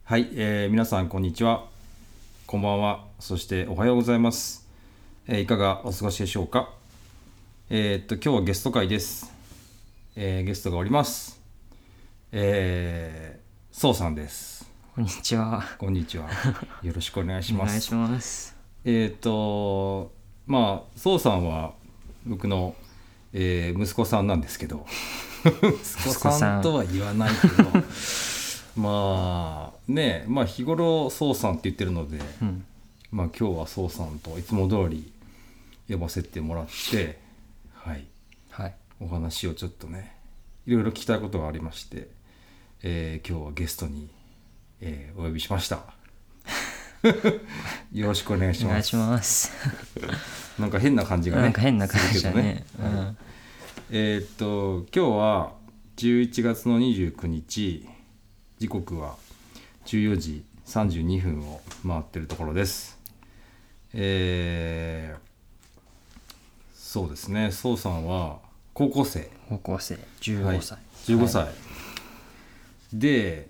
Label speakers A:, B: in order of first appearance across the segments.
A: はい、皆さんこんにちは、こんばんは、そしておはようございます。いかがお過ごしでしょうか。今日はゲスト会です。ゲストがおります。そうさんです。
B: こんにちは。
A: こんにちは。よろしくお願いします。
B: お願いします。
A: そうさんは僕の、息子さんなんですけど、息子さんとは言わないけど、日頃そうさんって言ってるので、今日はそうさんといつも通り呼ばせてもらって、はい、お話をちょっとね、いろいろ聞きたいことがありまして、今日はゲストに、お呼びしました。よろしくお願いします。
B: お願いします。
A: なんか変な感じがね。
B: なんか変な感じだね。
A: 今日は11月の29日、時刻は14時32分を回ってるところです。そうですね、そうさんは高校生
B: 15歳、
A: 15歳、で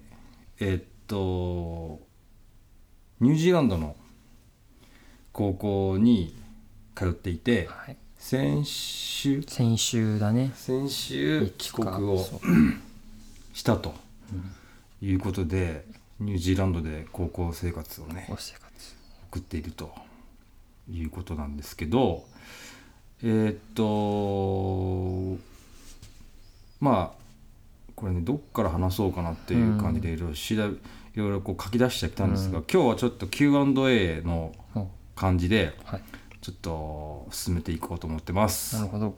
A: ニュージーランドの高校に通っていて、先週
B: だね。
A: 先週帰国をしたということで、ニュージーランドで高校生活をね送っているということなんですけど、これね、どっから話そうかなっていう感じでいろいろこう書き出してきたんですが、今日はちょっと Q&A の感じでちょっと進めていこうと思ってます。
B: なるほど。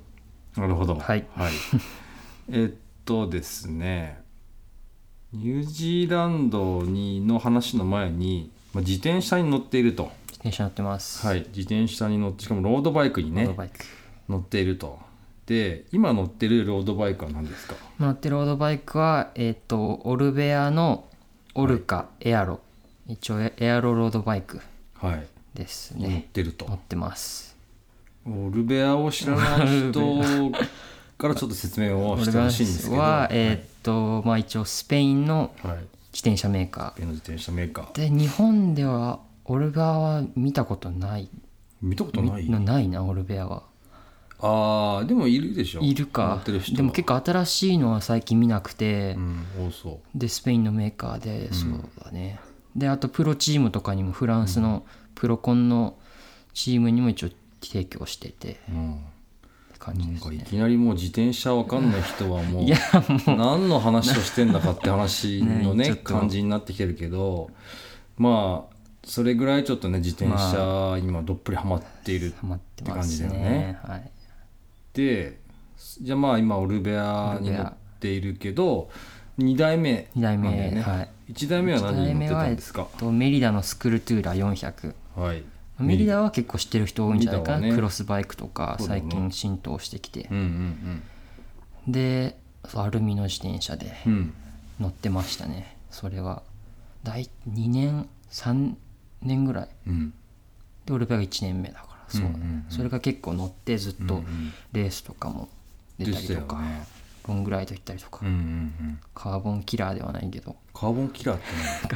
A: ですね、ニュージーランドの話の前に、自転車に乗っていると。
B: 自転車乗ってます。
A: 自転車に乗って、しかもロードバイクにね乗っていると。で、今乗ってるロードバイクは何ですか？
B: 乗ってるロードバイクは、オルベアのオルカエアロ、一応エアロロードバイクですね。
A: 乗ってると。
B: 乗ってます。
A: オルベアを知らない人からちょっと説明をしてほしいんですけど、
B: 一応スペインの自転車メーカー、で日本ではオルベアは見たことないな。オルベアは
A: でもいるでしょ。
B: いるか。でも結構新しいのは最近見なくて、
A: 多そう。
B: でスペインのメーカーで、そうだね。であとプロチームとかにも、フランスのプロコンのチームにも一応提供してて、って感じですね。
A: なんかいきなりもう自転車わかんない人はもう何の話をしてんだかって話のね感じになってきてるけど、それぐらいちょっとね、自転車今どっぷりハマっているって感じだよね。で、じゃあ今オルベアに乗っているけど、2代目なんだよね。1代目は何に乗ってたんですか？
B: メリダのスクルトゥーラ400。メリダは結構知ってる人多いんじゃないかな。クロスバイクとか最近浸透してきて、でアルミの自転車で乗ってましたね。それは2年3年ぐらい、でオルベアが1年目だから、それが結構乗ってずっとレースとかも出たりとか、ロングライド行ったりとか、カーボンキラーではないけど。
A: カーボンキラーって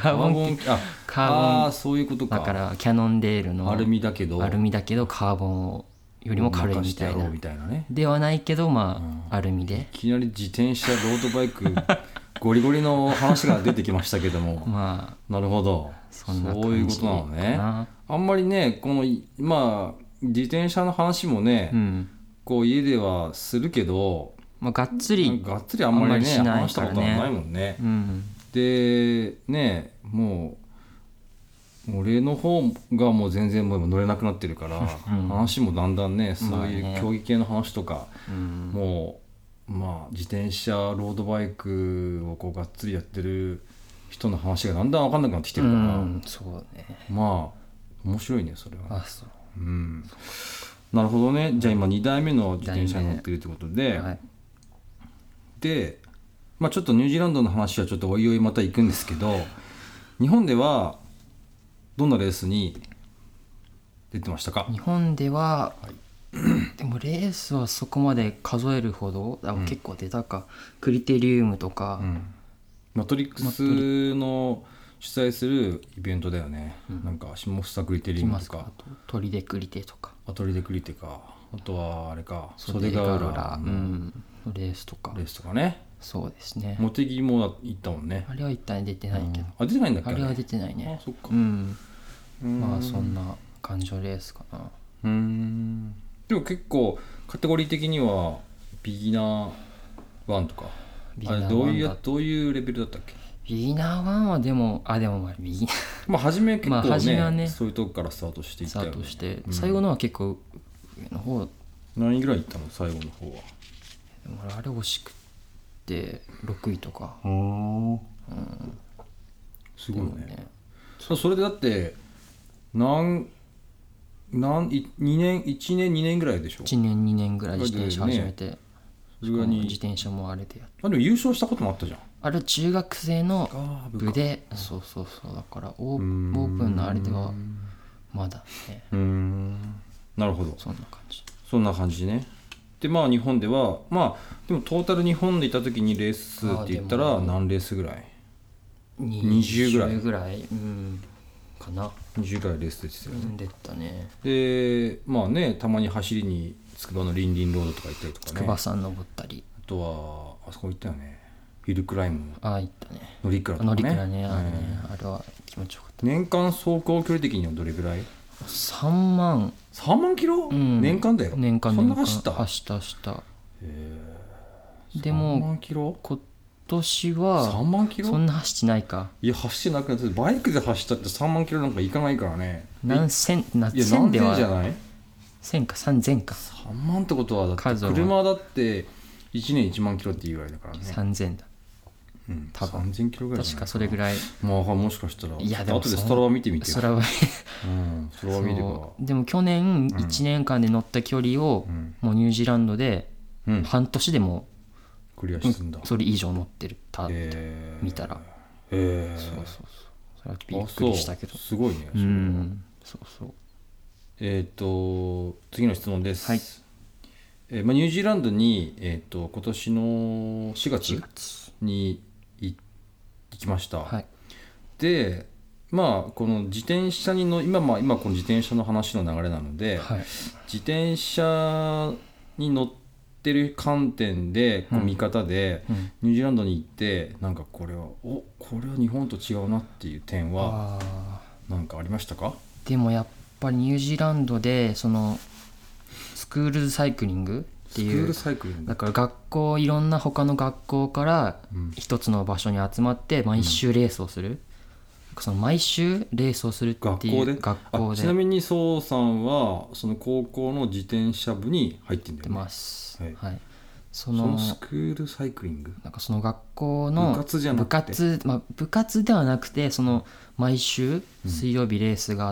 B: 何？
A: そういうことか。
B: だからキャノンデールの
A: アルミだけど
B: カーボンよりも軽いみたいなではないけど、アルミで。
A: いきなり自転車ロードバイクゴリゴリの話が出てきましたけどもなるほど、そういうことなのね。あんまりね、この自転車の話もね、こう家ではするけど、
B: がっつり
A: あんまりね話したことはないもんね。でね、もう俺の方がもう全然もう乗れなくなってるから、話もだんだんね、そういう競技系の話とか、もう自転車ロードバイクをこうがっつりやってる人の話がだんだん分かんなくなってきてるから、
B: そうね。
A: 面白いね、それは。なるほどね。じゃあ今2代目の自転車に乗ってるってことで、でちょっとニュージーランドの話はちょっとおいおいまた行くんですけど、日本ではどんなレースに出てましたか？
B: 日本では、でもレースはそこまで数えるほど、結構出たか。クリテリウムとか、
A: マトリックスの主催するイベントだよね、なんか下房グリテリングとか
B: 鳥でクリテとか
A: 鳥でクリテか、あとはあれか
B: 袖ヶ浦のレースとか
A: ね。
B: そうですね。
A: 茂木も行ったもんね。
B: あれは一旦出てないけど、
A: 出てないんだっけ。
B: あれは出てないね。
A: あ、そっか。
B: まあそんな感情レースかな。
A: でも結構カテゴリー的にはビギナー1とかあれどういうレベルだったっけ。
B: ビギナー1はでもビギナー
A: まあ初め結構ね、
B: 初めはね
A: そういうとこからスタートしていったよね。
B: スタートして、最後のは結構上の方。
A: 何位ぐらいいったの最後の方は。
B: でもあれ惜しくて6位とか。
A: すごいね。それでだって1年2年ぐらいでしょ。
B: 1年2年ぐらい自転車始めて、自転車もあれでやって。
A: でも優勝したこともあったじゃん。
B: あれ中学生の部で、そうだからオープンのあれではまだね。
A: なるほど。
B: そんな感じ
A: ね。でまあ日本ではまあでもトータル日本でいた時にレース数って言ったら何レースぐらい？20ぐらい、
B: かな。
A: 20ぐらいレースですよね。
B: 出たね。
A: でまあね、たまに走りに筑波のリンリンロードとか行ったりとかね。
B: 筑波山登ったり、
A: あとはあそこ行ったよね、ヒルクライム。
B: 行ったね。
A: 乗鞍とかね。
B: あれは気持ちよかった。
A: 年間走行距離的にはどれぐらい
B: ？3万
A: キロ、年間だよ。
B: 年間
A: そんな走った。
B: でも
A: 3万キロ
B: 今年は
A: 3万キロ
B: そんな走ってないか。
A: いや走ってなくなって、バイクで走ったって3万キロなんかいかないからね。
B: 何千では
A: じゃない
B: 1000か3000か。
A: 3万ってことはだって車だって1年1万キロっていうぐらいだからね。
B: 3000だ。
A: 多分3000キロぐらい。
B: 確かそれぐらい。
A: まあもしかしたら。
B: いやでも
A: 後でストラバ見てみてよ。
B: ストラバ
A: 見れば。
B: でも去年1年間で乗った距離をもうニュージーランドで半年でも
A: クリアするんだ。
B: それ以上乗ってる見たら。それはびっくりしたけど。
A: すごいね。次の質問です。ニュージーランドに今年の4月に行きました。でまあこの自転車に今この自転車の話の流れなので、自転車に乗ってる観点で見方で、ニュージーランドに行ってなんかこれは日本と違うなっていう点は何かありましたか？
B: でもやっぱりニュージーランドでそのスクールズサイクリングっていう、だからいろんな他の学校から一つの場所に集まって毎週レースをする、その毎週レースをするっていう学校で。
A: ちなみにそうさんはその高校の自転車部に入ってんだよね。
B: ます。
A: そのスクールサイクリング、
B: なんかその学校の部活ではなくて、その毎週水曜日レースがあって、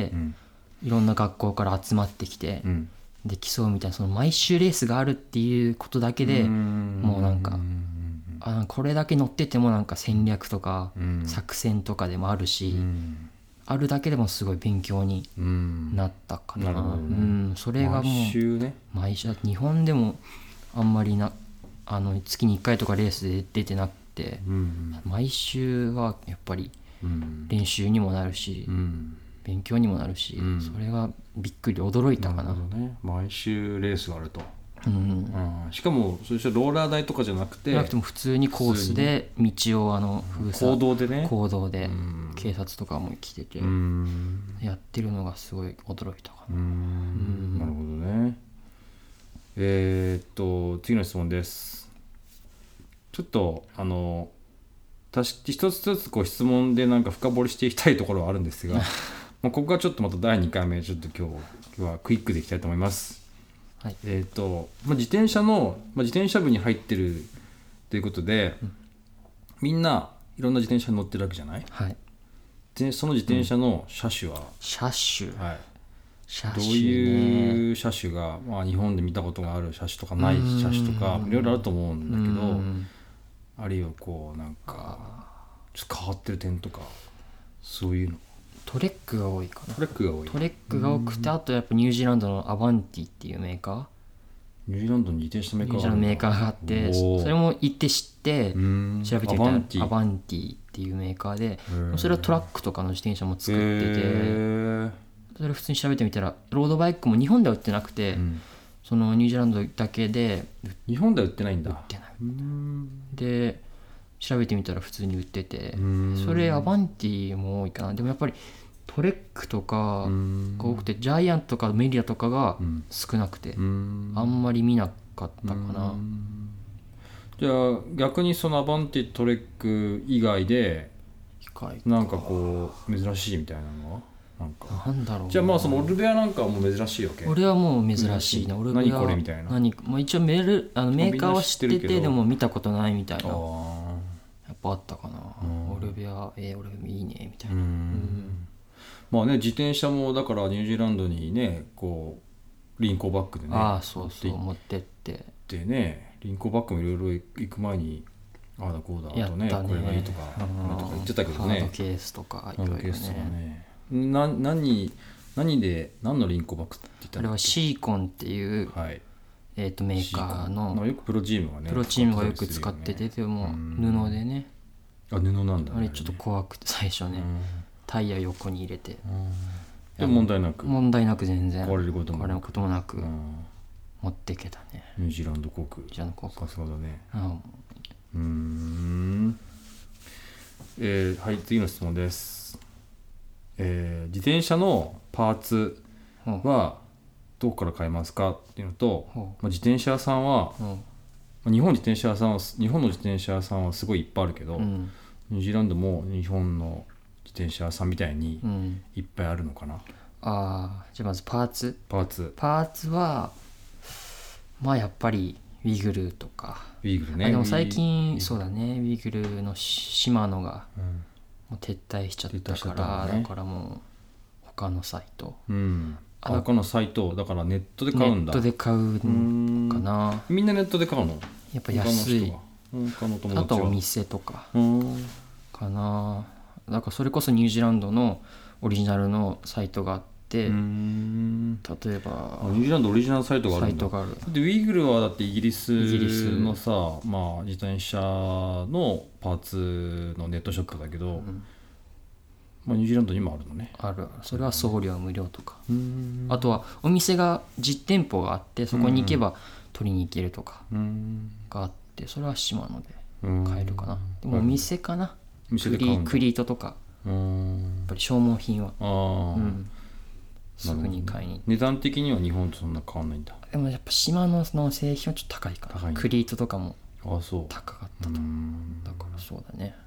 B: いろんな学校から集まってきて、で競うみたいな、その毎週レースがあるっていうことだけでもうなんかこれだけ乗っててもなんか戦略とか作戦とかでもあるし、あるだけでもすごい勉強になったかな。それがもう毎週日本でもあんまり月に1回とかレースで出てなくて、毎週はやっぱり練習にもなるし、勉強にもなるし、それがびっくり驚いたかな。
A: 毎週レースがあると。しかもそれじゃローラー台とかじゃなくて
B: も普通にコースで道を封鎖公道で警察とかも来ててやってるのがすごい驚いたかな。
A: なるほどね。次の質問です。ちょっと一つずつ質問でなんか深掘りしていきたいところはあるんですがここがちょっとまた第2回目ちょっと今日はクイックでいきたいと思います。自転車部に入ってるということで、みんないろんな自転車に乗ってるわけじゃない？でその自転車の車種は、どういう車種が、日本で見たことがある車種とかない車種とかいろいろあると思うんだけど、あるいはなんかちょっと変わってる点とかそういうの。
B: トレックが多いかな。
A: トレックが多くて、
B: あとやっぱニュージーランドのアバンティっていうメーカ
A: ニュージーランドに自転車メーカー
B: ニュージーランドメーカーがあって、それも行って知って調べてみたらアバンティっていうメーカーで、それはトラックとかの自転車も作ってて、それ普通に調べてみたらロードバイクも日本では売ってなくて、そのニュージーランドだけで、
A: 日本では売ってないんだ。
B: 売ってない。で調べてみたら普通に売ってて、それアバンティも多いかな。でもやっぱりトレックとかが多くて、ジャイアントとかメリアとかが少なくて、あんまり見なかったかな。
A: じゃあ逆にそのアバンティトレック以外でなんかこう珍しいみたいなのは
B: なんだろう。
A: じゃあまあそのオルベアなんかはもう珍しいわけ。
B: 俺はもう珍しいね。オルベア
A: 何これみたいな。
B: まあ、一応メーカーは知っててでも見たことないみたいな、やっぱあったかな。オルベア俺いいねみたいな。
A: まあね、自転車もだからニュージーランドにねこうリンコバッグでね、
B: そう持ってって
A: でね、リンコバッグもいろいろ行く前にああだこうだとね、これがいいとか言ってたけどね、
B: ハードケースとかいろいろね。
A: 何のリンコバッグって言ったの？
B: あれはシーコンっていう、メーカーの、
A: よくプロチームがね、
B: プロチームがよく使ってて、でも布でね、
A: 布なんだね。
B: あれちょっと怖くて最初ね、タイヤ横に入れて、
A: でも問題なく
B: 全然
A: 壊れること
B: もなく持っていけたね。
A: ニュージーランド航空、さすがだね。はい、次の質問です。自転車のパーツはどこから買えますかっていうのと、自転車屋さんは、日本の自転車屋さんはすごいいっぱいあるけど、ニュージーランドも日本の自転車屋さんみたいにいっぱいあるのかな。
B: じゃあまずパーツはまあやっぱりウィグルとか、
A: ウィグルね。
B: でも最近そうだね、ウィグルのシマノがもう撤退しちゃったから、だからもう他のサイト、他のサイトだからネットで買うんだ。ネットで買うかな。
A: みんなネットで買うの？
B: やっぱ安い。
A: 他の友達は
B: あとお店とかかな。だからそれこそニュージーランドのオリジナルのサイトがあって、例えば
A: ニュージーランドオリジナルサイトがあるんだ。でウィグルはだってイギリスのさ、自転車のパーツのネットショップだけど、ニュージーランドにもあるのね。
B: ある。それは送料無料とか、あとはお店が実店舗があってそこに行けば取りに行けるとかがあって、それは島野で買えるかな。でもお店かな。クリートとかやっぱり消耗品はすぐに買いに。
A: 値段的には日本とそんな変わんないんだ。
B: でもやっぱ島野の製品はちょっと高いかな。クリートとかも高かったと。だからそうだね。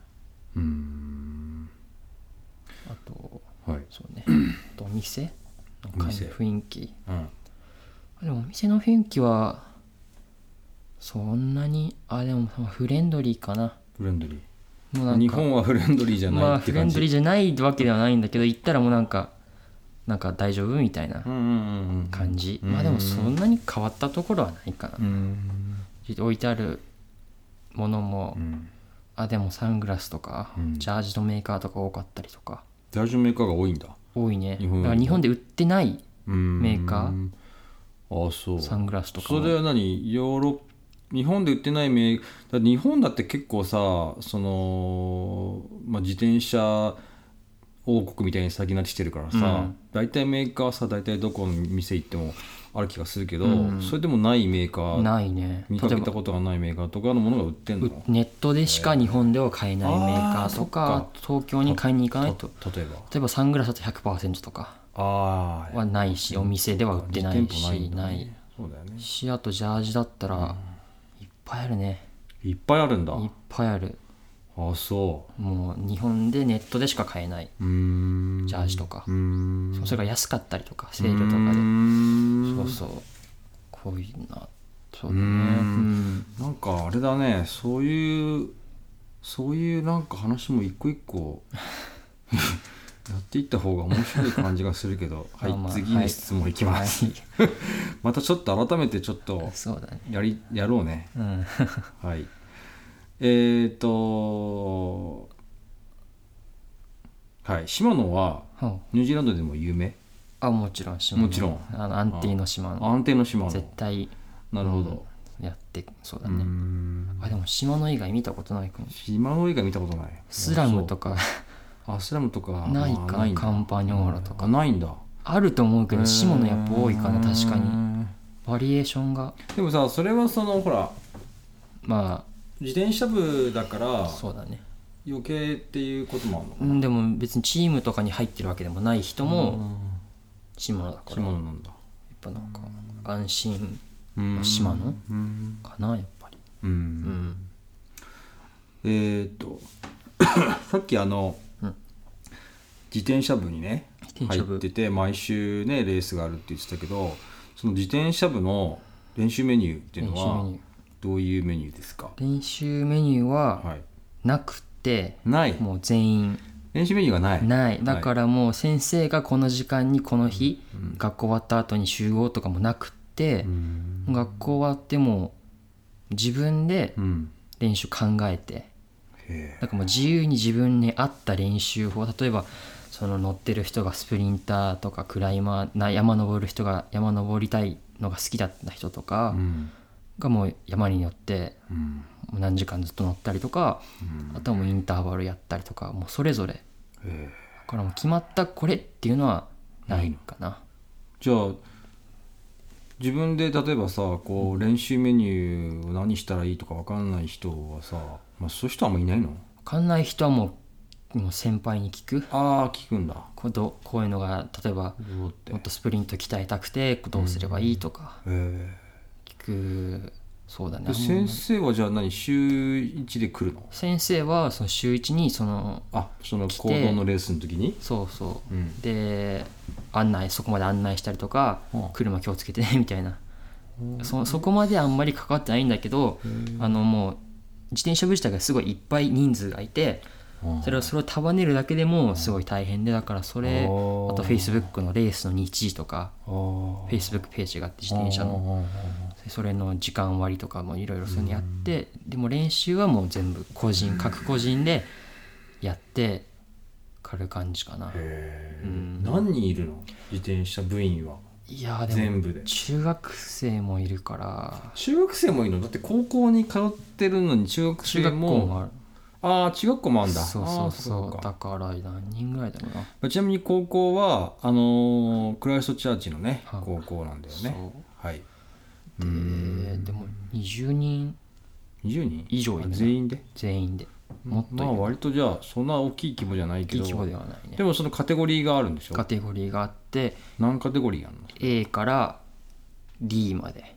B: あと、そうね。あとお店の雰囲気。でもお店の雰囲気はそんなにでもフレンドリーかな。
A: フレンドリー。日本はフレンドリーじゃないって感じ。
B: フレンドリーじゃないわけではないんだけど、行ったらもうなんか大丈夫みたいな感じ。でもそんなに変わったところはないかな。置いてあるものも、でもサングラスとか、ジャージのメーカーとか多かったりとか。
A: ジャージのメーカーが多いんだ。
B: 多いね。だから日本で売ってないメーカー、
A: そう
B: サングラスとか
A: も。それは何？日本で売ってないメーカー。日本だって結構さ、自転車王国みたいに先なってしてるからさ、大体メーカーはさ、大体どこの店行ってもある気がするけど、それでもないメーカー、
B: ないね。
A: 見かけたことがないメーカーとかのものが売ってんの？
B: ネットでしか日本では買えないメーカーとか、東京に買いに行かないと。例えばサングラスだと 100% とかはないし、お店では売ってないし、ないし、あとジャージだったらいっぱいあるね。
A: いっぱいあるんだ。
B: いっぱいある。
A: そう。
B: もう日本でネットでしか買えないジャージとか、それが安かったりとか、セールとかで、そうこういうな。そうだね。
A: なんかあれだね、そういうなんか話も一個一個やっていった方が面白い感じがするけど次の質問いきます、またちょっと改めてちょっとやろうね。はい。シマノはニュージーランドでも有名？
B: もちろんシマノ。
A: もちろん
B: 安定のシマノ。
A: 安定のシマノ。
B: 絶対
A: なるほど、
B: やってそうだね。あでも島野以外見たことないかも。
A: 島野以外見たことない。
B: スラムとか
A: スラムとか
B: ないかな。カンパニョーラとか
A: ないんだ。
B: あると思うけど島野やっぱ多いかな。確かにバリエーションが。
A: でもさそれはそのほら
B: まあ
A: 自転車部だから
B: そうだね
A: 余計っていうこともあるのかな。
B: でも別にチームとかに入ってるわけでもない人も島野だから
A: 島野なんだ。
B: やっぱなんか安心島野かなやっぱり。
A: さっき自転車部にね入ってて毎週ねレースがあるって言ってたけど、その自転車部の練習メニューっていうのはどういうメニューですか？
B: 練習メニューはなくて、
A: ない。
B: もう全員
A: 練習メニューがない
B: だからもう先生がこの時間にこの日、学校終わった後に集合とかもなくって、学校終わっても自分で練習考えて、だからもう自由に自分に合った練習法、例えばその乗ってる人がスプリンターとかクライマー山登る人が山登りたいのが好きだった人とかがもう山によってもう何時間ずっと乗ったりとか、あとはもうインターバルやったりとか、もうそれぞれだからもう決まったこれっていうのはないかな。
A: じゃあ自分で例えばさこう練習メニューを何したらいいとか分かんない人はさ、そういう人はあんまいないの？
B: 分かんない人はもう先輩に聞く。
A: 聞くんだ。
B: こういうのが例えばもっとスプリント鍛えたくてどうすればいいとか聞く。そうだね。
A: 先生はじゃあ週1で来るの？先
B: 生はその週1にその
A: 行動のレースの時に
B: でそこまで案内したりとか、車気をつけてねみたいな、そこまであんまり関わってないんだけど、もう自転車部自体がすごいいっぱい人数がいて、それを束ねるだけでもすごい大変で、だからあと Facebook のレースの日時とか Facebook ページがあって自転車のそれの時間割とかもいろいろそういうのやって、でも練習はもう全部各個人でやってかる感じかな。
A: 何人いるの自転車部員は？いやでも全部で
B: 中学生もいるから。
A: 中学生もいるの？だって高校に通ってるのに中学生もある。中学校もあるんだ。
B: そうだから何人ぐらいだろうな。
A: ちなみに高校はクライストチャーチのね高校なんだよね。
B: でも20人以上いるね。全員でもっといる。
A: 割とじゃあそんな大きい規模じゃないけど、
B: 大きい規模ではないね。
A: でもそのカテゴリーがあるんでしょ？カ
B: テゴリーがあって、
A: 何カテゴリーあるの？
B: A から D まで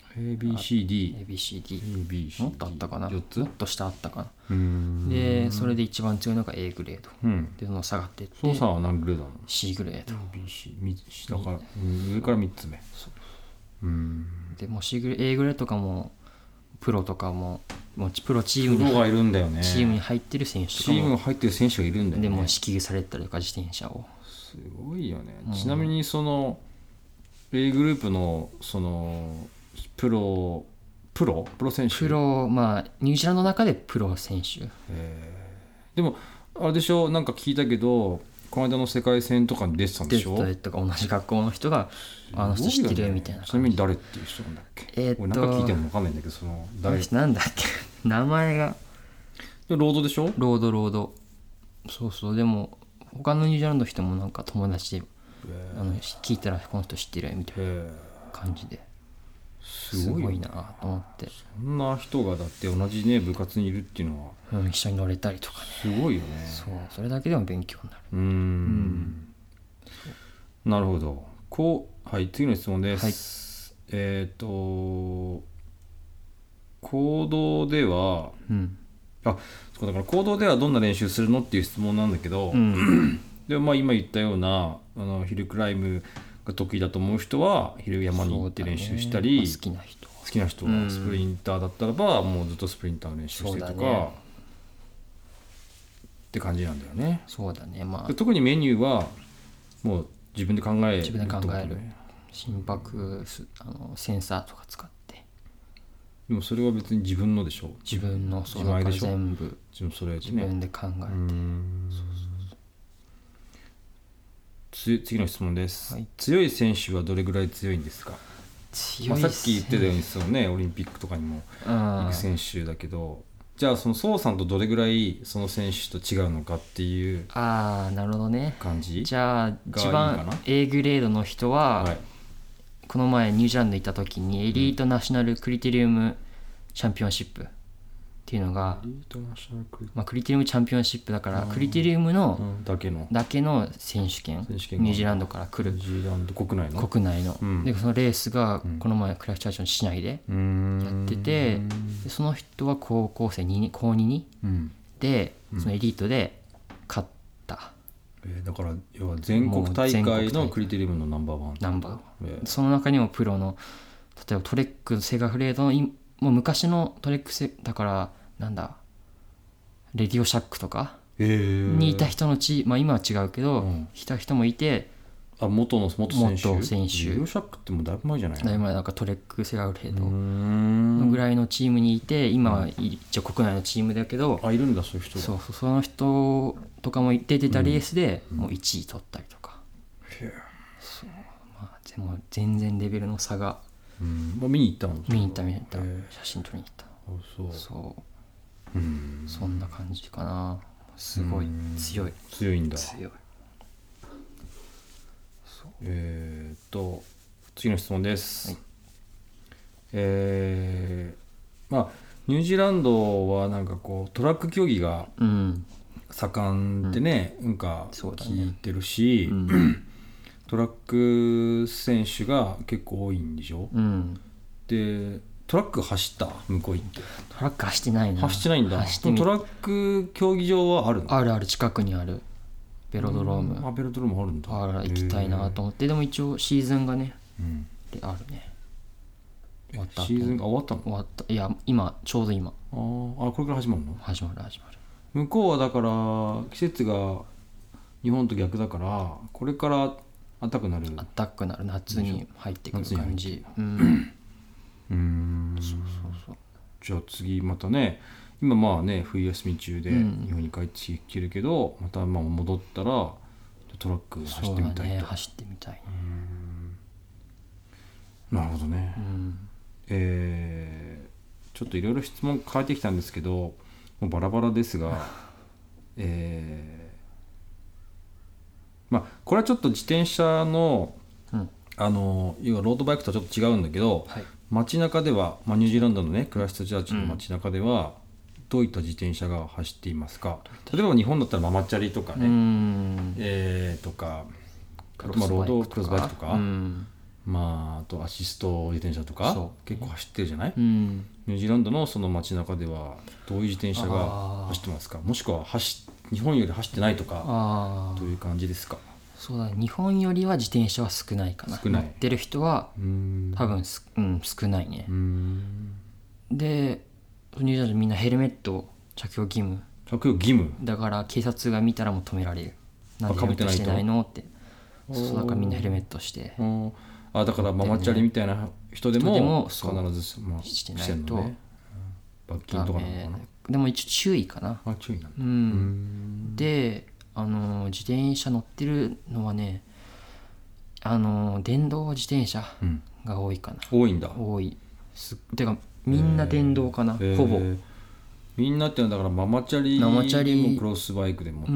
A: ABCD
B: もっとあったかな。
A: 4つ
B: もっと下あったかな。でそれで一番強いのが A グレード、でその下がっていって、
A: その差は何グレードなの？
B: C グレード。
A: 下から上から3つ目。
B: でも A グレードとかもプロとかもプロチームに
A: がいるんだよね。
B: チームに入ってる選手とかも
A: チームに入ってる選手がいるんだよね。
B: でも支給されたりとか自転車を
A: すごいよね。ちなみにその A グループのそのプロ選手、
B: ニュージーランドの中でプロ選手。
A: でもあれでしょ、なんか聞いたけどこの間の世界戦とかに出てたんでしょ？
B: 出てたとか同じ学校の人があの人知ってるみたいな。
A: ちなみに誰っていう人なんだっけ？俺なんか聞いても分かんないんだけど、その誰
B: なんだっけ名前が。
A: ロードでしょ？
B: ロード。そうでも他のニュージーランドの人もなんか友達で聞いたらこの人知ってるみたいな感じで。すごいなと思って。
A: そんな人がだって同じね部活にいるっていうのは、
B: 一緒に乗れたりとかね。
A: すごいよね。
B: それだけでも勉強になる。
A: なるほど。はい、次の質問です。行動では、そうだから行動ではどんな練習するのっていう質問なんだけど、でも今言ったようなヒルクライムが得意だと思う人は昼山に行って練習したり、
B: 好きな人
A: はスプリンターだったらばもうずっとスプリンターの練習してとか、って感じなんだよね。
B: そうだね。
A: 特にメニューはもう自分で考える。
B: 心拍センサーとか使って。
A: でもそれは別に自分のでしょ？
B: 自分の
A: 自前でしょ？
B: 全部
A: 自
B: 分で考えて。
A: 次の質問です。強い選手はどれぐらい強いんですか？
B: 強いっすね。
A: さっき言ってたようにその、ね、オリンピックとかにも行く選手だけど、じゃあその宋さんとどれぐらいその選手と違うのかっていう
B: なるほどね
A: 感じ。
B: じゃあ一番 A グレードの人は、はい、この前ニュージーランド行った時にエリートナショナルクリテリウムチャンピオンシップっていうのが、クリテリウムチャンピオンシップだからクリテリウムのだけの選手権ニュージーランドから来る
A: ニュージーランド国内の、
B: でそのレースがこの前クライストチャーチの市内でやってて、でその人は高校生高2に、でそのエリートで勝った、
A: だから要は全国大会のクリテリウムのナンバー
B: 1、その中にもプロの例えばトレックセガフレードのもう昔のトレックだからなんだレディオシャックとかにいた人の今は違うけど、いた人もいて、
A: 元選手レディオシャックってもうだいぶ前じゃないの。
B: だいぶ前なんかトレックセガフレードのぐらいのチームにいて、今は一応国内のチームだけど、
A: いるんだそういう人が。
B: その人とかも出てたレースでもう1位取ったりとか、でも全然レベルの差が、
A: 見に行ったの。
B: 見に行った写真撮りに行った。そんな感じかな。すごい強い
A: んだ。次の質問です、はい。ニュージーランドはなんかこうトラック競技が盛んってね、なんか聞いてるし、トラック選手が結構多いんでしょ。でトラック走った向こう行って。
B: トラック走ってないな。
A: 走ってないんだ。トラック競技場はあるの？
B: ある近くにあるベロドローム。
A: ベロドロームあるんだ。
B: 行きたいなと思って。でも一応シーズンがね、であるね。
A: 終わった。シーズンが終わったの？
B: 終わった。いやちょうど今。
A: これから始まるの？
B: 始まる。
A: 向こうはだから季節が日本と逆だからこれから暖かくなる。夏に入ってくる感じ。そうじゃあ次またね、今冬休み中で日本に帰ってきてるけど、また戻ったらトラック走ってみたいと。
B: 走ってみたい。
A: なるほどね。ちょっといろいろ質問変えてきたんですけど、もうバラバラですがこれはちょっと自転車の要はロードバイクとはちょっと違うんだけど、街中では、ニュージーランドのねクライストチャーチの街中では、どういった自転車が走っていますか。例えば日本だったらママチャリとかね、とかあとロードクロスバイクとか、あとアシスト自転車とか結構走ってるじゃない。ニュージーランドのその街中ではどういう自転車が走ってますか。もしくは日本より走ってないとか、どういう感じですか。
B: そうだね、日本よりは自転車は少ないかな。乗ってる人は多分少ないね。でニュージーランドみんなヘルメット着用義務だから警察が見たらもう止められる。なんでヘルメットしてないのって。そうだからみんなヘルメットして。
A: だからママチャリみたいな人でも必ず
B: してないと
A: 罰金とかなのかな。
B: でも一応注意かな。
A: 注意なん
B: だ。で自転車乗ってるのはね、電動自転車が多いかな。
A: 多いんだ。
B: 多い。てかみんな電動かな、ほぼ。
A: みんなってのはだからママチャリもクロスバイクでもってこと。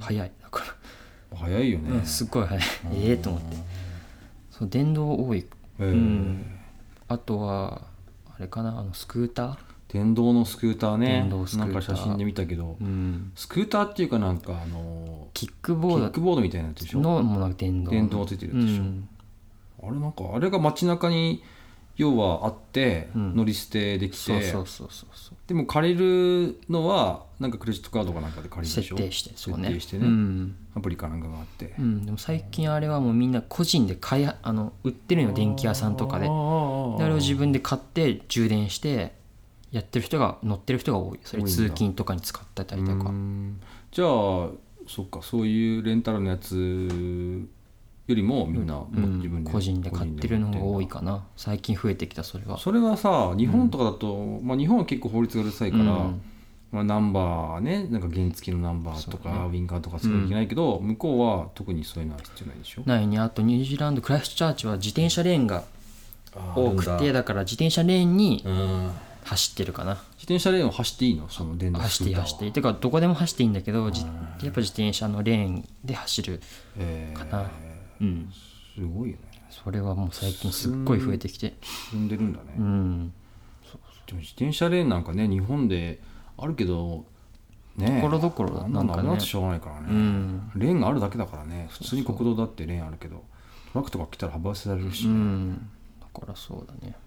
B: 早いだから
A: 早いよね。
B: すっごい早い。と思って。そう電動多い。あとはあれかな、スクーター。
A: 電動のスクーターね。なんか写真で見たけど、スクーターっていうかなんか
B: キックボー
A: ドみたいなやつでしょ。
B: のもの電
A: 動ついてるやつでしょ。なんかあれが街中に要はあって乗り捨てできて、でも借りるのはなんかクレジットカードかなんかで借りるでしょ。設定してね、アプリかなんかがあって、
B: でも最近あれはもうみんな個人で売ってるの、電気屋さんとかで。あれを自分で買って充電して乗ってる人が多い。それ通勤とかに使ってたりとか。
A: じゃあそっか、そういうレンタルのやつよりもみんな自分で
B: 個人で買ってるのが多いかな。最近増えてきた。それは
A: さ、日本とかだと、日本は結構法律がうるさいから、 まあ、ナンバーねなんか原付のナンバーとか、ウィンカーとかするといけないけど、向こうは特にそういうのは必要ないでしょ。
B: ないね。あとニュージーランドクライストチャーチは自転車レーンが多くて、だから自転車レーンに走ってるかな。
A: 自転車レーンを走っていいの？その電動スクーターは。
B: 走っていいてかどこでも走っていいんだけど、やっぱ自転車のレーンで走るかな。
A: すごいよね。
B: それはもう最近すっごい増えてきて
A: 進んでるんだね。でも自転車レーンなんかね日本であるけどね、
B: ところどころなんかね、
A: しょうがないからね、レーンがあるだけだからね。普通に国道だってレーンあるけどトラックとか来たら幅寄せられるし、ね、
B: だからそうだね。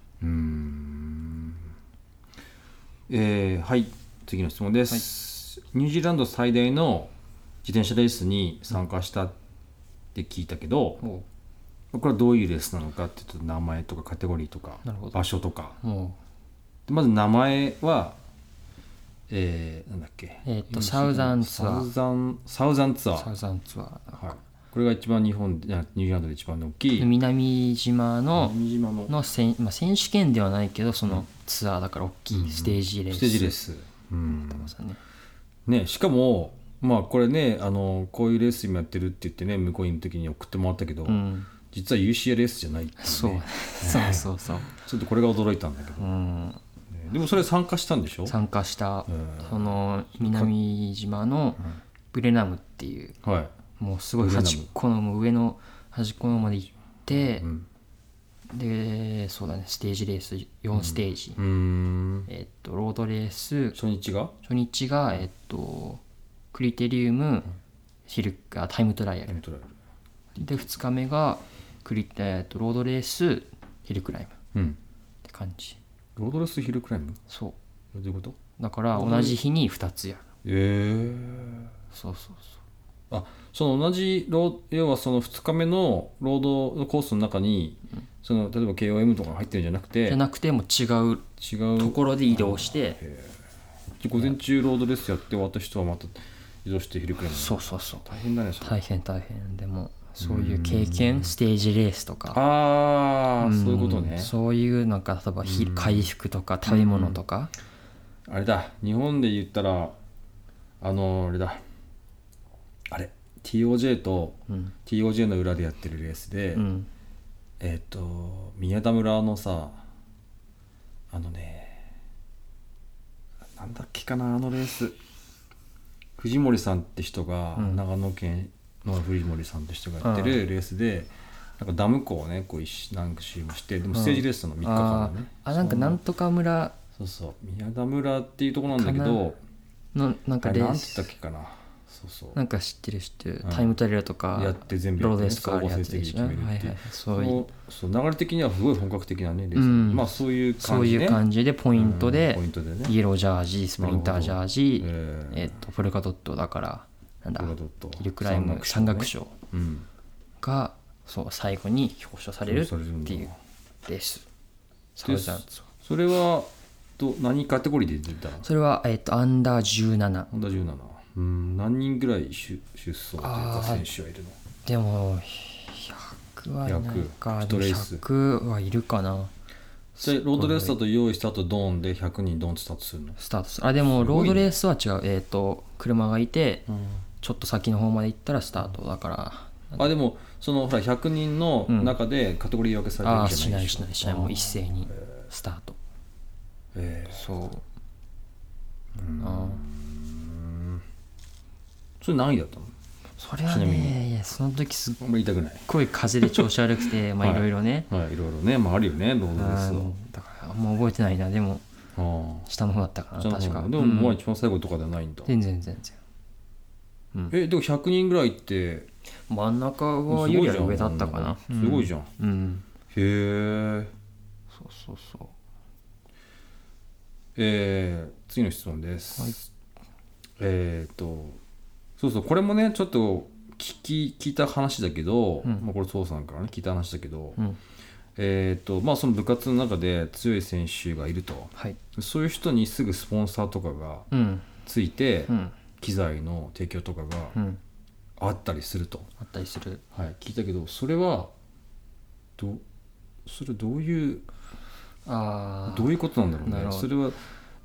A: はい、次の質問です、ニュージーランド最大の自転車レースに参加したって聞いたけど、これはどういうレースなのかっていうと、名前とかカテゴリーとか場所とか、まず名前は、なんだっけ、
B: サウザンツアー。
A: サウザンツアー、はい、これが一番ニュージーランドで一番大きい
B: 南島の選手権ではないけど、そのツアーだから大きいステージレース、
A: ね、しかもまあこれねこういうレース今やってるって言ってね向こうにいる時に送ってもらったけど、実は UCI レースじゃないっていうね。
B: そう
A: ちょっとこれが驚いたんだけど、でもそれ参加したんでしょ？
B: 参加した、その南島のブレナムっていう、もうすごい端っこの上の端っこのまで行って、でそうだね、ステージレース4ステージ、ロードレース
A: 初日が
B: クリテリウム、タイムトライアルで、2日目がロードレースヒルクライム、って感じ。
A: ロードレースヒルクライム？
B: そう。
A: どういうこと？
B: だから同じ日に2つやる。そう。
A: その同じ要はその2日目のロードのコースの中に、その例えば KOM とか入ってるんじゃなくて
B: もう違うところで移動して、
A: 午前中ロードレースやって終わった人はまた移動してヒルクライム。
B: そう
A: 大変だね。
B: 大変。でもそういう経験、ステージレースとか、
A: そういうことね。
B: そういうなんか例えば回復とか食べ物とか、
A: あれだ、日本で言ったらあれだ、TOJ と、TOJ の裏でやってるレースで、宮田村のさ、なんだっけかな、レース、藤森さんって人が、長野県の藤森さんって人がやってるレースで、なんかダム湖をねこう何周もして、でもステージレースの3日間でね、
B: なんとか村、
A: 宮田村っていうところなんだけど、
B: なんかレース
A: なんて言ったっけかな、
B: なんか知ってる、タイムトライアルとか
A: やって全部やって、ね、総合成績で決めるっていう、そう流れ的にはすごい本格的なねレース、まあそういう感じね。
B: そういう感じでポイントで、イエロージャージ、スプリンタージャージ、ポルカドットだからなんだ、ヒルクライム山岳賞が最後に表彰されるっていうレース。サウザンツ。
A: それは何カテゴリーで出たの？
B: それはアンダー17。
A: アンダー17。何人ぐらい出走というか選手はいるの？
B: でも100はいないか。100はいるかな。
A: じゃあロードレースだと用意スタートドーンで100人ドーンスタートするの？
B: スタートする。でもロードレースは違う。車がいて、ちょっと先の方まで行ったらスタートだから。
A: でもそのほら100人の中でカテゴリー分けされてるわけじゃないでしょ？
B: しないもう一斉にスタート。そう。
A: それ何位だったの？
B: それはね、その時すっ
A: 言いたくない。
B: ごい風で調子悪くて、いろいろね。
A: いろいろね、あるよね、ロードレースは。
B: だからあんま覚えてないな。でも下の方だったかな、確か。
A: でも一番最後とかではないんだ。
B: 全然。
A: でも100人ぐらいって
B: 真ん中はよりは上だったかな。
A: すごいじゃん。へえ。
B: そう。
A: 次の質問です。これもねちょっと聞いた話だけど、これ宋さんからね聞いた話だけど、その部活の中で強い選手がいると、そういう人にすぐスポンサーとかがついて、機材の提供とかがあったりすると、聞いたけど、それはどういうことなんだろうね。それは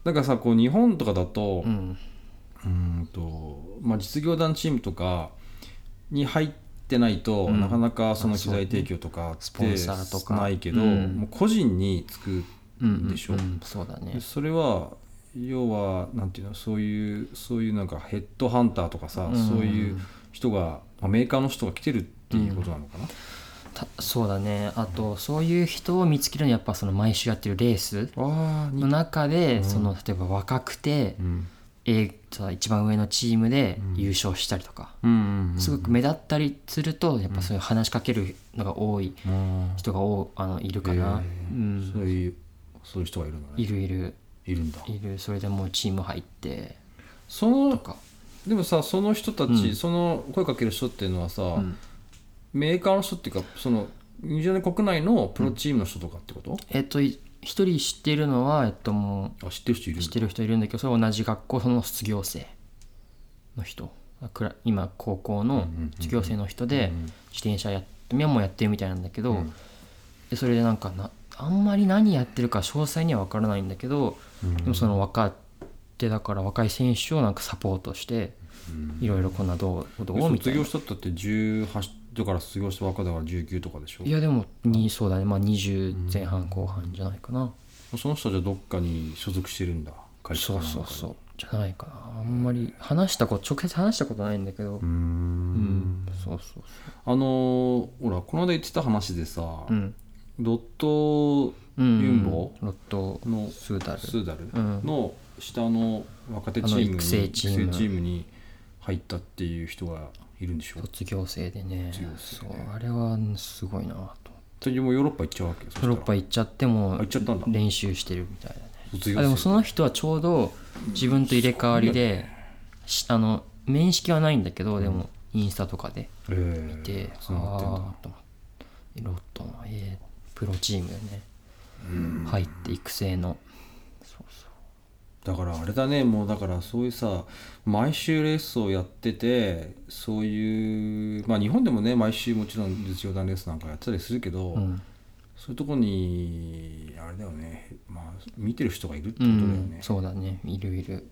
A: なんかさこう日本とかだと、
B: うん
A: まあ、実業団チームとかに入ってないと、なかなかその機材提供とか
B: スポンサーとか
A: ないけど、もう個人につくでしょ、
B: そうだね。
A: それは要はなんていうの、そういうなんかヘッドハンターとかさ、そういう人がメーカーの人が来てるっていうことなのかな、
B: そうだね。あとそういう人を見つけるのはやっぱその毎週やってるレースの中で、その例えば若くて、一番上のチームで優勝したりとか、すごく目立ったりするとやっぱそういう話しかけるのが多い人がいるかな、
A: そういう人がいるのね。いるんだ。
B: それでもうチーム入って
A: とか。でもさ、その人たち、その声かける人っていうのはさ、メーカーの人っていうか、そのニュージーランド国内のプロチームの人とかってこと？
B: 一人知ってるのは、もう
A: 知ってる人い
B: るんだけど、それは同じ学校の卒業生の人、今高校の卒業生の人で自転車もやってるみたいなんだけど、でそれでなんかあんまり何やってるか詳細には分からないんだけど、でもその若手だから若い選手をなんかサポートして、いろいろこんなどうみたいな。
A: 卒業したって18だから卒業した若だから19とかでしょ。
B: いやでもそうだね、まあ20前半後半じゃないかな。
A: その人はじゃあどっかに所属してるんだ。
B: そうじゃないかな。あんまり直接話したことないんだけど。そう
A: ほらこの間言ってた話でさ、ロットユンボのスーダルの下の若手チームに育成チームに入ったっていう人がいるんでしょ。
B: 卒業生でね。そう、あれはすごいなと。
A: それでもヨーロッパ行っちゃうわけ？
B: ヨーロッパ行っちゃっても練習してるみたいだね。でもその人はちょうど自分と入れ替わりで、面識はないんだけど、でもインスタとかで見て、ロットのプロチームでね、入って育成の。
A: だからあれだね、もうだからそういうさ、毎週レースをやってて、そういうまあ日本でもね毎週もちろん実業団レースなんかやってたりするけど、そういうとこにあれだよね、まあ見てる人がいるってことだよね。
B: そうだね、いる。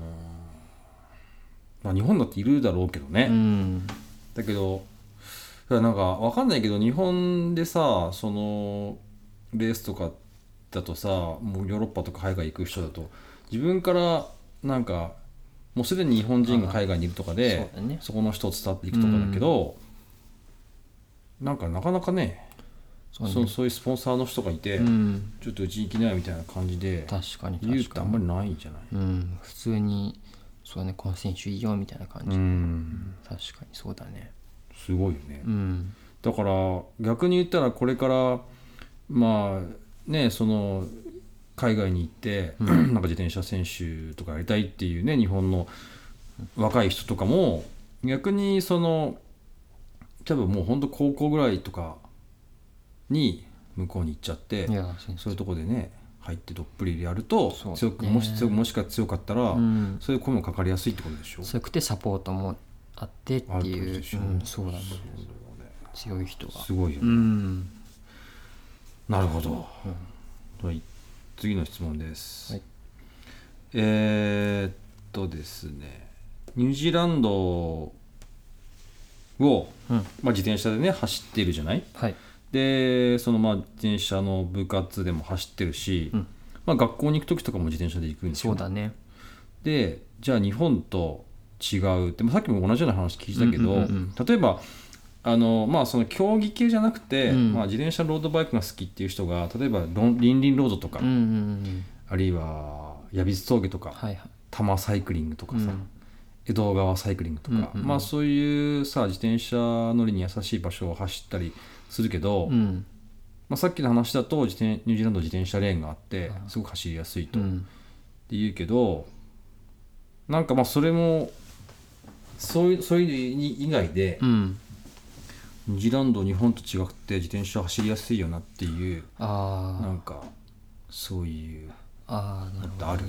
A: まあ日本だっているだろうけどね。だけどなんかわかんないけど、日本でさそのレースとかだとさ、もうヨーロッパとか海外行く人だと自分からなんかもうすでに日本人が海外にいるとかで、そこの人を伝っていくとかだけど、なんかなかなかね、そういうスポンサーの人がいて、ちょっとうちに行きなよみたいな感じで言うってあんまりないんじゃない？
B: 普通にそうね、この選手いいよみたいな感じ。確かにそうだね。
A: すごいよね。だから逆に言ったらこれからまあね、その海外に行ってなんか自転車選手とかやりたいっていうね、日本の若い人とかも逆にその多分もう本当高校ぐらいとかに向こうに行っちゃって、そういうとこでね入ってどっぷりやると強く、もしか強かったら、そういう声もかかりやすいってことでしょ。
B: 強くてサポートもあってっていう、そうだね。強い人は
A: すごいよね。なるほど。次の質問です。ですね、ニュージーランドを、自転車でね走っているじゃない。でその自転車の部活でも走ってるし、学校に行く時とかも自転車で行くんですよ。
B: そうだね。
A: でじゃあ日本と違うって、さっきも同じような話聞いたけど、例えばその競技系じゃなくて、自転車ロードバイクが好きっていう人が例えばリンリンロードとか、あるいは矢櫃峠とか、多摩サイクリングとかさ、江戸川サイクリングとか、そういうさ自転車乗りに優しい場所を走ったりするけど、さっきの話だとニュージーランド自転車レーンがあってすごく走りやすいと、って言うけど、なんかそれもそういう以外で、ニュージーランド日本と違って自転車走りやすいよなっていう、なんかそういう
B: のってある？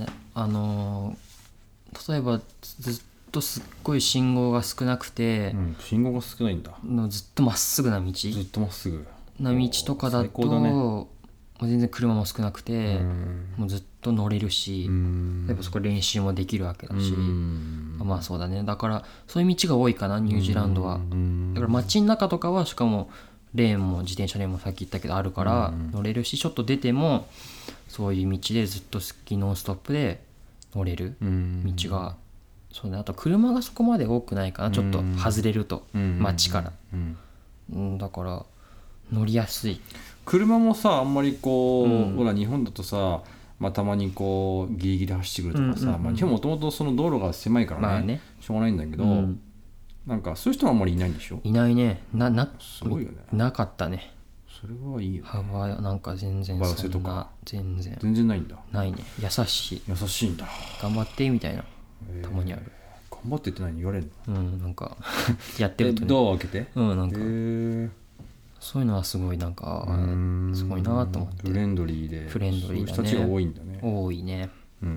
B: 例えばずっとすっごい信号が少なくて、
A: 信号が少ないんだ。
B: ずっとまっすぐな道、
A: ずっとまっすぐ
B: な道とかだと、 もう全然車も少なくて、もうずっと乗れるし、やっぱそこ練習もできるわけだし、まあそうだね。だからそういう道が多いかな、ニュージーランドは。だから街の中とかはしかもレーンも自転車レーンもさっき言ったけどあるから乗れるし、ちょっと出てもそういう道でずっとスキーノンストップで乗れる道が、そうね。あと車がそこまで多くないかな、ちょっと外れると街から、だから乗りやすい。
A: 車もさあんまりこう、ほら日本だとさ、まあ、たまにこうギリギリ走ってくるとかさ、まあ、日本もともとその道路が狭いからね、しょうがないんだけど、なんかそういう人はあんまりいないんでしょ。
B: いないね。
A: すごいよね。
B: なかったね。
A: それはいいよね。
B: 幅なんか全然そんな全
A: 然ないんだ。
B: ないね。優しい
A: んだ。
B: 頑張ってみたいな、たまにある。
A: 頑張ってって何言われる
B: の？なんかやってるとね、
A: ドアを開けて、
B: なんかそういうのはすごいなんかすごいなと思って。
A: フレンドリーで
B: そういう
A: 人たちが多いんだね。
B: 多いね。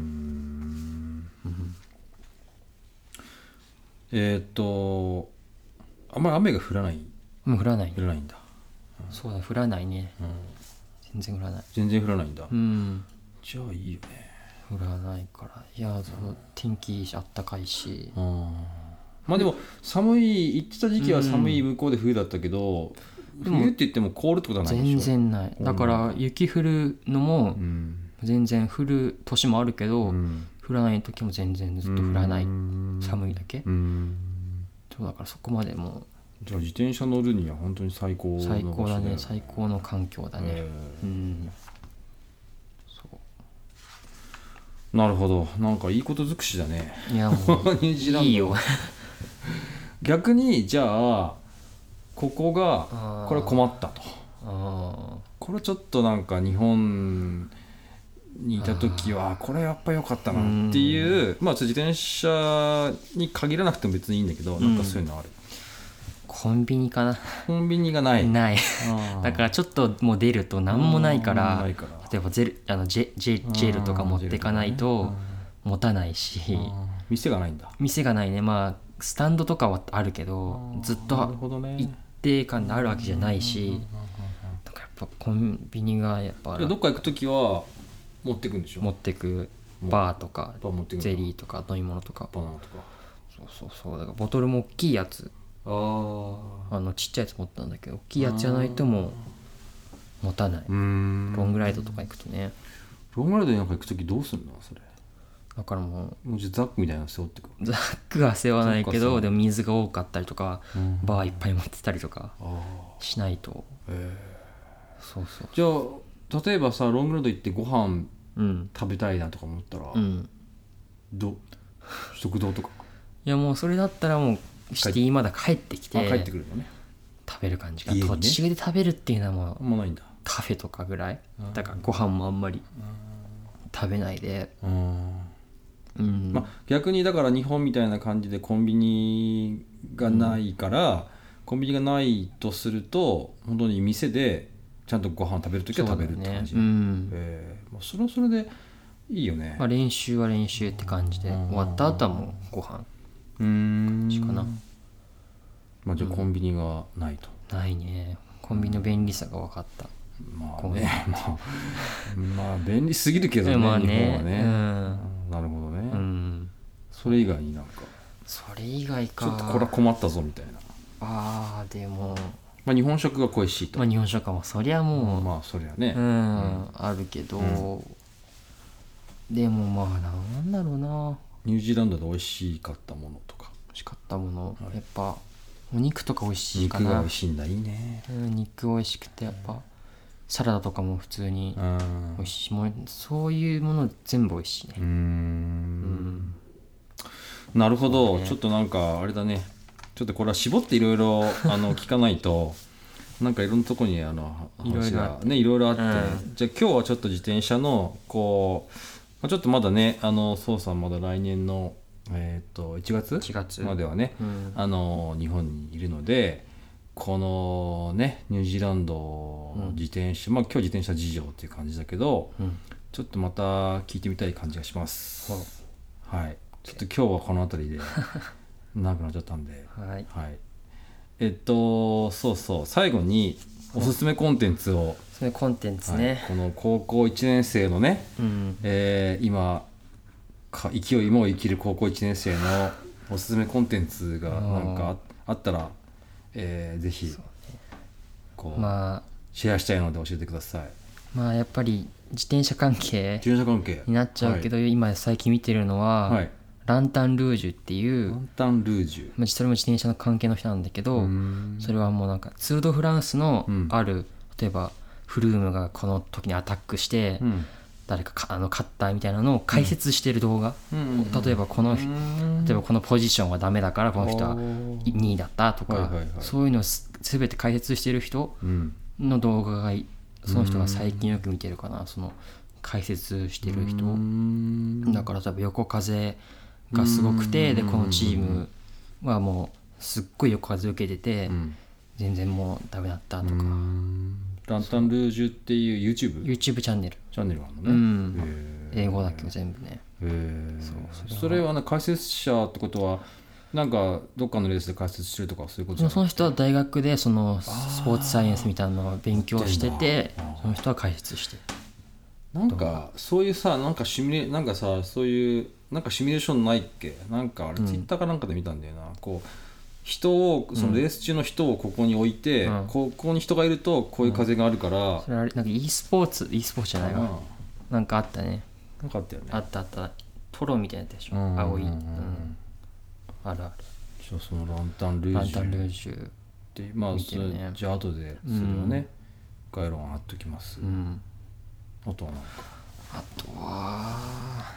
A: あんまり雨が降らない。
B: 降らない
A: んだ。
B: そうだ、降らないね。全然降らない
A: んだ。じゃあいいよね。
B: 降らないから。いや、天気あったかいし。
A: まあでも行ってた時期は寒い向こうで冬だったけど、冬って言っても凍るってことはないでしょ。
B: 全然ない。だから雪降るのも全然降る年もあるけど、降らない時も全然ずっと降らない。寒いだけ。そうだからそこまでもう。
A: じゃあ自転車乗るには本当に最高
B: だね。最高の環境だね。そう
A: なるほど。なんかいいこと尽くしだね。
B: いやもう
A: ニュージーランド
B: いいよ。
A: 逆にじゃあここがこれ困ったと。これちょっとなんか日本にいた時はこれやっぱ良かったなっていう、まあ自転車に限らなくても別にいいんだけど、なんかそういうのある。
B: コンビニかな。
A: コンビニがない
B: だからちょっともう出ると何もないから、例えばジェルとか持っていかないと持たないし、
A: 店がないんだ。
B: 店がないね。まあスタンドとかはあるけどずっと一定感があるわけじゃないし、だからやっぱコンビニがやっぱ
A: どっか行く時は持ってくんでしょ。
B: 持ってく。バーとかゼリーとか飲み物とか
A: バナナとか。
B: そうだからボトルも大きいやつ、ちっちゃいやつ持ったんだけど、大きいやつじゃないともう持たない。ロングライドとか行くとね。
A: ロングライドになんか行く時どうすんのそれ。
B: だからも
A: うザックみたいなの背負ってくる。
B: ザックは背負わないけど、でも水が多かったりとか、バーいっぱい持ってたりとかしないと。そう
A: じゃあ例えばさロングライド行ってご飯食べたいなとか思ったら、食堂とか。
B: いやもうそれだったらもうシティまだ帰ってきて
A: 帰ってくるのね。
B: 食べる感じが、途中で食べるっていうのはも
A: うないんだ。
B: カフェとかぐらいだから、ご飯もあんまり食べないで。
A: まあ、逆にだから日本みたいな感じでコンビニがないから、コンビニがないとすると本当に店でちゃんとご飯食べるときは食べるって感じ。それはそれでいいよね。
B: まあ、練習は練習って感じで、終わった後はもうご飯しかな。
A: まあ、じゃあコンビニがないと。
B: ないね。コンビニの便利さが分かった。
A: まあね、まあ便利すぎるけどね、日本はね。なるほどね。それ以外になんか。
B: それ以外か。
A: ちょっとこれは困ったぞみたい
B: な。でも。
A: まあ日本食が恋しいと。
B: まあ日本食はそりゃもう。
A: まあそりゃね。
B: あるけど。でもまあなんだろうな。
A: ニュージーランドで美味しかったものとか。
B: 美味しかったもの。やっぱお肉とか美味しいかな。
A: 肉が美味しいんだ、いいね。
B: 肉美味しくてやっぱ。サラダとかも普通に美味しい。もうそういうもの全部美味しいね。
A: なるほど、ちょっとなんかあれだね。ちょっとこれは絞っていろいろ聞かないとなんかいろんなとこに話がねいろいろあって、じゃあ今日はちょっと自転車のこうちょっとまだねそうさんまだ来年の1月まではね日本にいるので。このねニュージーランドの自転車、まあ今日自転車事情っていう感じだけど、ちょっとまた聞いてみたい感じがします。はい。ちょっと今日はこの辺りで長くなっちゃったんで、
B: はい。
A: そう最後におすすめコンテンツを、
B: それコンテンツね、
A: この高校1年生のね、今勢いも生きる高校1年生のおすすめコンテンツがなんかあったら、ぜひこう、シェアしたいので教えてください。
B: やっぱり自転車関係になっちゃうけど、今最近見てるのは、ランタンルージュっていう、
A: ランタンルージュ、
B: それも自転車の関係の人なんだけど、それはもうなんかツール・ド・フランスのある、例えばフルームがこの時にアタックして、誰か勝ったみたいなのを解説してる動画、例えばこのポジションはダメだからこの人は2位だったとか、そういうのを全て解説してる人の動画がその人が最近よく見てるかな、その解説してる人だから、多分横風がすごくて、でこのチームはもうすっごい横風受けてて、全然もうダメだったとか。
A: ランタンルージュっていう YouTube
B: チャンネル
A: があるのね、
B: 英語だけど全部ね。
A: それは解説者ってことはなんかどっかのレースで解説してるとかそういうことじゃなくて、
B: その人は大学でそのスポーツサイエンスみたいなのを勉強してて、その人は解説して
A: なんかそういうさ、なんかそういうなんかシミュレーションないっけ、なんかあれツイッターかなんかで見たんだよな、こう人をそのレース中の人をここに置いて、ここに人がいるとこういう風があるから、
B: それあれなんか e スポーツじゃないわ、なんかあったね、
A: なんかあったよね、
B: あったトロみたいなやつでしょ、青い、あるある。
A: そのランタンルージュで、じゃあ後でそれをね、概要欄貼っときます。あとはなんか、
B: あとは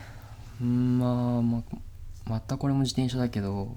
B: またこれも自転車だけど、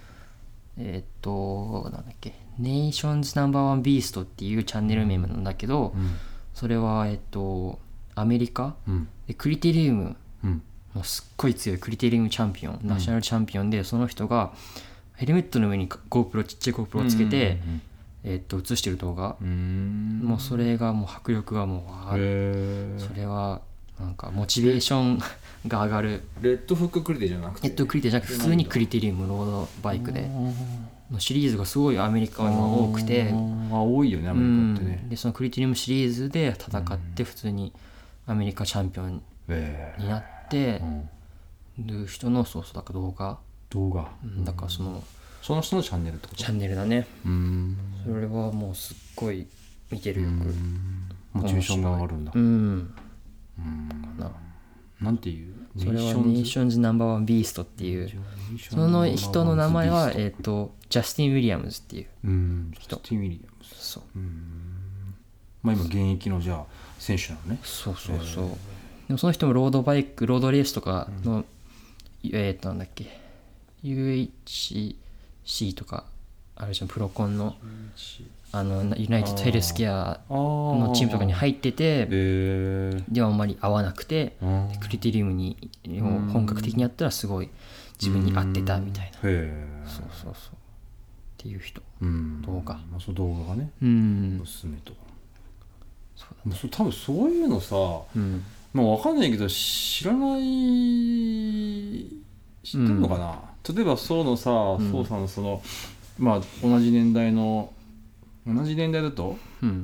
B: なんだっけ、ネーションズナンバーワンビーストっていうチャンネル名なんだけど、それはアメリカでクリテリウムのすっごい強いクリテリウムチャンピオン、ナショナルチャンピオンで、その人がヘルメットの上にちっちゃい GoPro をつけて映してる動画、もうそれがもう迫力がもう、それはなんかモチベーションが上がる。
A: レッドフッククリテじゃなくて、
B: クリテじゃなくて普通にクリテリウムロードバイクでのシリーズがすごいアメリカには多くて、
A: 多いよねアメリカってね。
B: でそのクリテリウムシリーズで戦って普通にアメリカチャンピオンになってる人のだから動画、だからその
A: 人のチャンネルってこと？
B: チャンネルだね。それはもうすっごい見てるよく。
A: モチベーションが上がるんだ。なんていう？
B: それはネーションズナンバーワンビーストっていう、その人の名前はジャスティン・ウィリアムズっていう
A: 人。ジャスティン・ウィリアムズ。
B: そう。
A: 今現役のじゃあ選手なのね。
B: そう。でもその人もロードレースとかのなんだっけ、UHC とかあるじゃん、プロコンのユナイテッドヘルスケアのチームとかに入ってて、でもあんまり合わなくて、クリテリウムに本格的にやったらすごい自分に合ってたみたいな。そうっていう人、動画、
A: その動画がね、おすすめと。多分そういうのさ、分かんないけど知ってんのかな、例えばそうさんの同じ年代だと、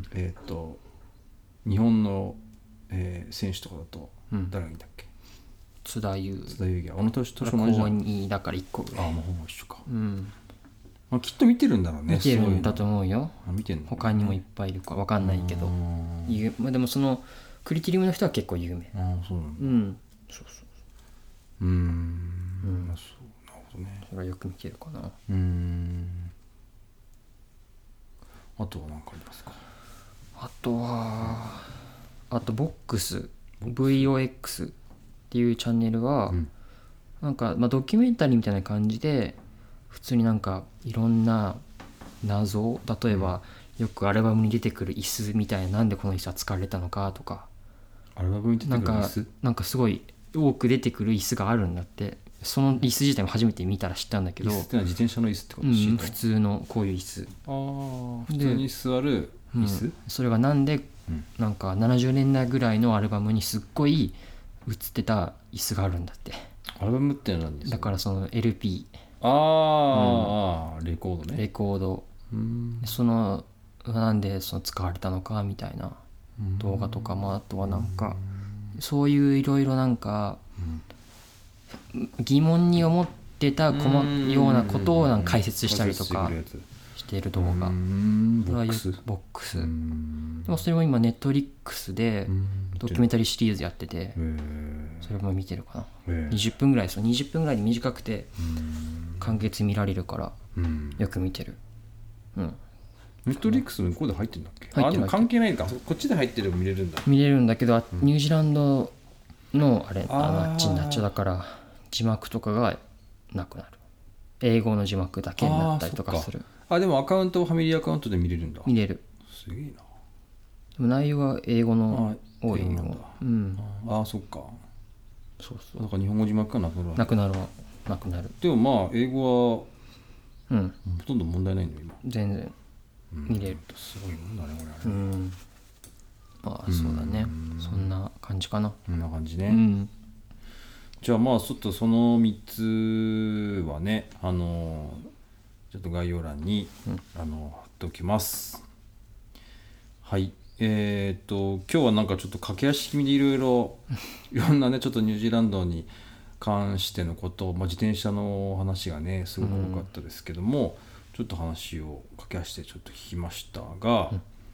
A: 日本の、選手とかだと、誰がいたっけ？
B: 津田優
A: 希、あの年同じ
B: じゃん。高2だから1個ぐらい。
A: もうほぼ一緒か。きっと見てるんだろうね。
B: 見てるんだと思うよ。
A: 見てんの？
B: 他にもいっぱいいるか分かんないけど、でもそのクリテリウムの人は結構有名。
A: そうなんだ。そう。なるほどね。
B: それはよく見てるかな。
A: あとは何かありますか？
B: あとボックス VOX っていうチャンネルは、なんかドキュメンタリーみたいな感じで普通になんかいろんな謎、例えばよくアルバムに出てくる椅子みたいな、なんでこの椅子は使われたのかとか、
A: アルバムに出てくる椅子
B: なんかすごい多く出てくる椅子があるんだって。その椅子自体も初めて見たら知ったんだけど、
A: 椅子ってのは自転車の椅子ってこと？
B: 普通のこういう椅子、
A: 普通に座る椅子、
B: それがなんで、なんか70年代ぐらいのアルバムにすっごい映ってた椅子があるんだって。
A: アルバムって何ですか？
B: だからその LP、
A: レコードね。
B: レコード、そのなんでその使われたのかみたいな動画とか、あとはなんかそういういろいろなんか疑問に思ってたようなことをなんか解説したりとかしている動画、ボックスでもそれも今ネットフリックスでドキュメンタリーシリーズやってて、それも見てるかな。20分ぐらいですよ。20分ぐらいで短くて完結見られるからよく見てる。
A: ネットフリックスの向こうで入ってるんだっけ？でも関係ないか。こっちで入ってるの見れるんだ。
B: 見れるんだけど、ニュージーランドのあっちになっちゃうだから字幕とかがなくなる。英語の字幕だけになったりとかする。
A: でもアカウントはファミリーアカウントで見れるんだ。
B: 見れる。
A: すげえな。で
B: も内容は英語の多い
A: の。そっか。そうだから日本語字幕がなくなるわ。
B: なくなる。
A: でも英語はほとんど問題ないの今。
B: 全然見れる。
A: すごいもんだねこれ。
B: そうだね。そんな感じかな。
A: そんな感じね。じゃあちょっとその3つはねちょっと概要欄に貼っておきます。はい。今日はなんかちょっと駆け足気味でいろんなねちょっとニュージーランドに関してのこと、自転車の話がねすごく多かったですけども、ちょっと話を駆け足でちょっと聞きましたが、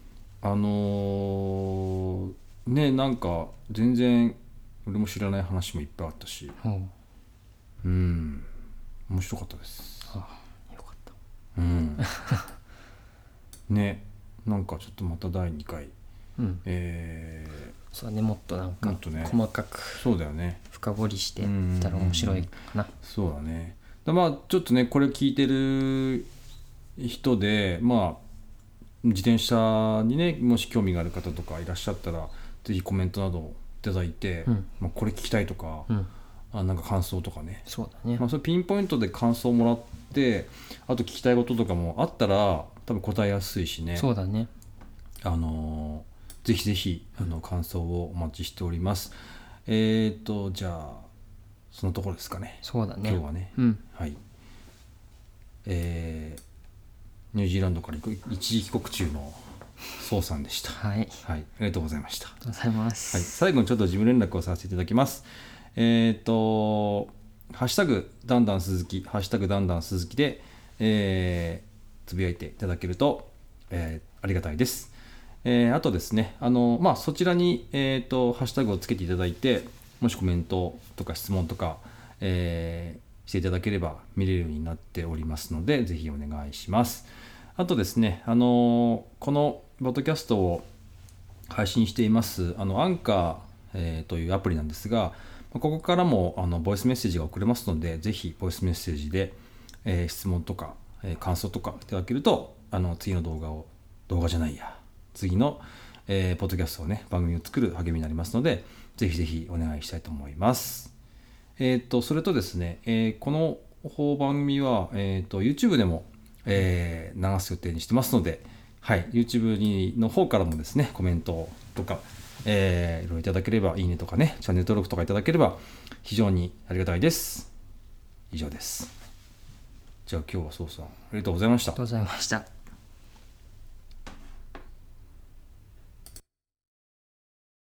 A: ねなんか全然俺も知らない話もいっぱいあったし、面白かったです。
B: よかった。
A: ねなんかちょっとまた第2回、
B: そうね、もっとなんか細かく
A: そうだよね
B: 深掘りしていったら面白いかな。
A: そうだね。ちょっとねこれ聞いてる人で自転車にねもし興味がある方とかいらっしゃったらぜひコメントなどいただいて、これ聞きたいとか、なんか感想とかね、
B: そうだね。
A: それピンポイントで感想をもらって、あと聞きたいこととかもあったら多分答えやすいしね。
B: そうだね。
A: ぜひぜひ感想をお待ちしております。じゃあそのところですかね。
B: そうだね。
A: 今日はね、はい。ニュージーランドから一時帰国中の宋さんでした。
B: はい、
A: ありがとうございました。
B: ありがとうございます。
A: 最後にちょっと事務連絡をさせていただきます。ハッシュタグだんだん鈴木ハッシュタグだんだん鈴木で、つぶやいていただけると、ありがたいです。あとですねそちらに、ハッシュタグをつけていただいて、もしコメントとか質問とか、していただければ見れるようになっておりますので、ぜひお願いします。あとですねこのポッドキャストを配信していますアンカー、というアプリなんですが、ここからもボイスメッセージが送れますので、ぜひボイスメッセージで、質問とか、感想とかいただけると次の次の、ポッドキャストをね番組を作る励みになりますので、ぜひぜひお願いしたいと思います。それとですね、この番組は、YouTube でも、流す予定にしてますので、YouTube の方からもですねコメントとか、いろいろいただければ、いいねとかねチャンネル登録とかいただければ非常にありがたいです。以上です。じゃあ今日はそうさんありがとうございました。
B: ありがとうございました。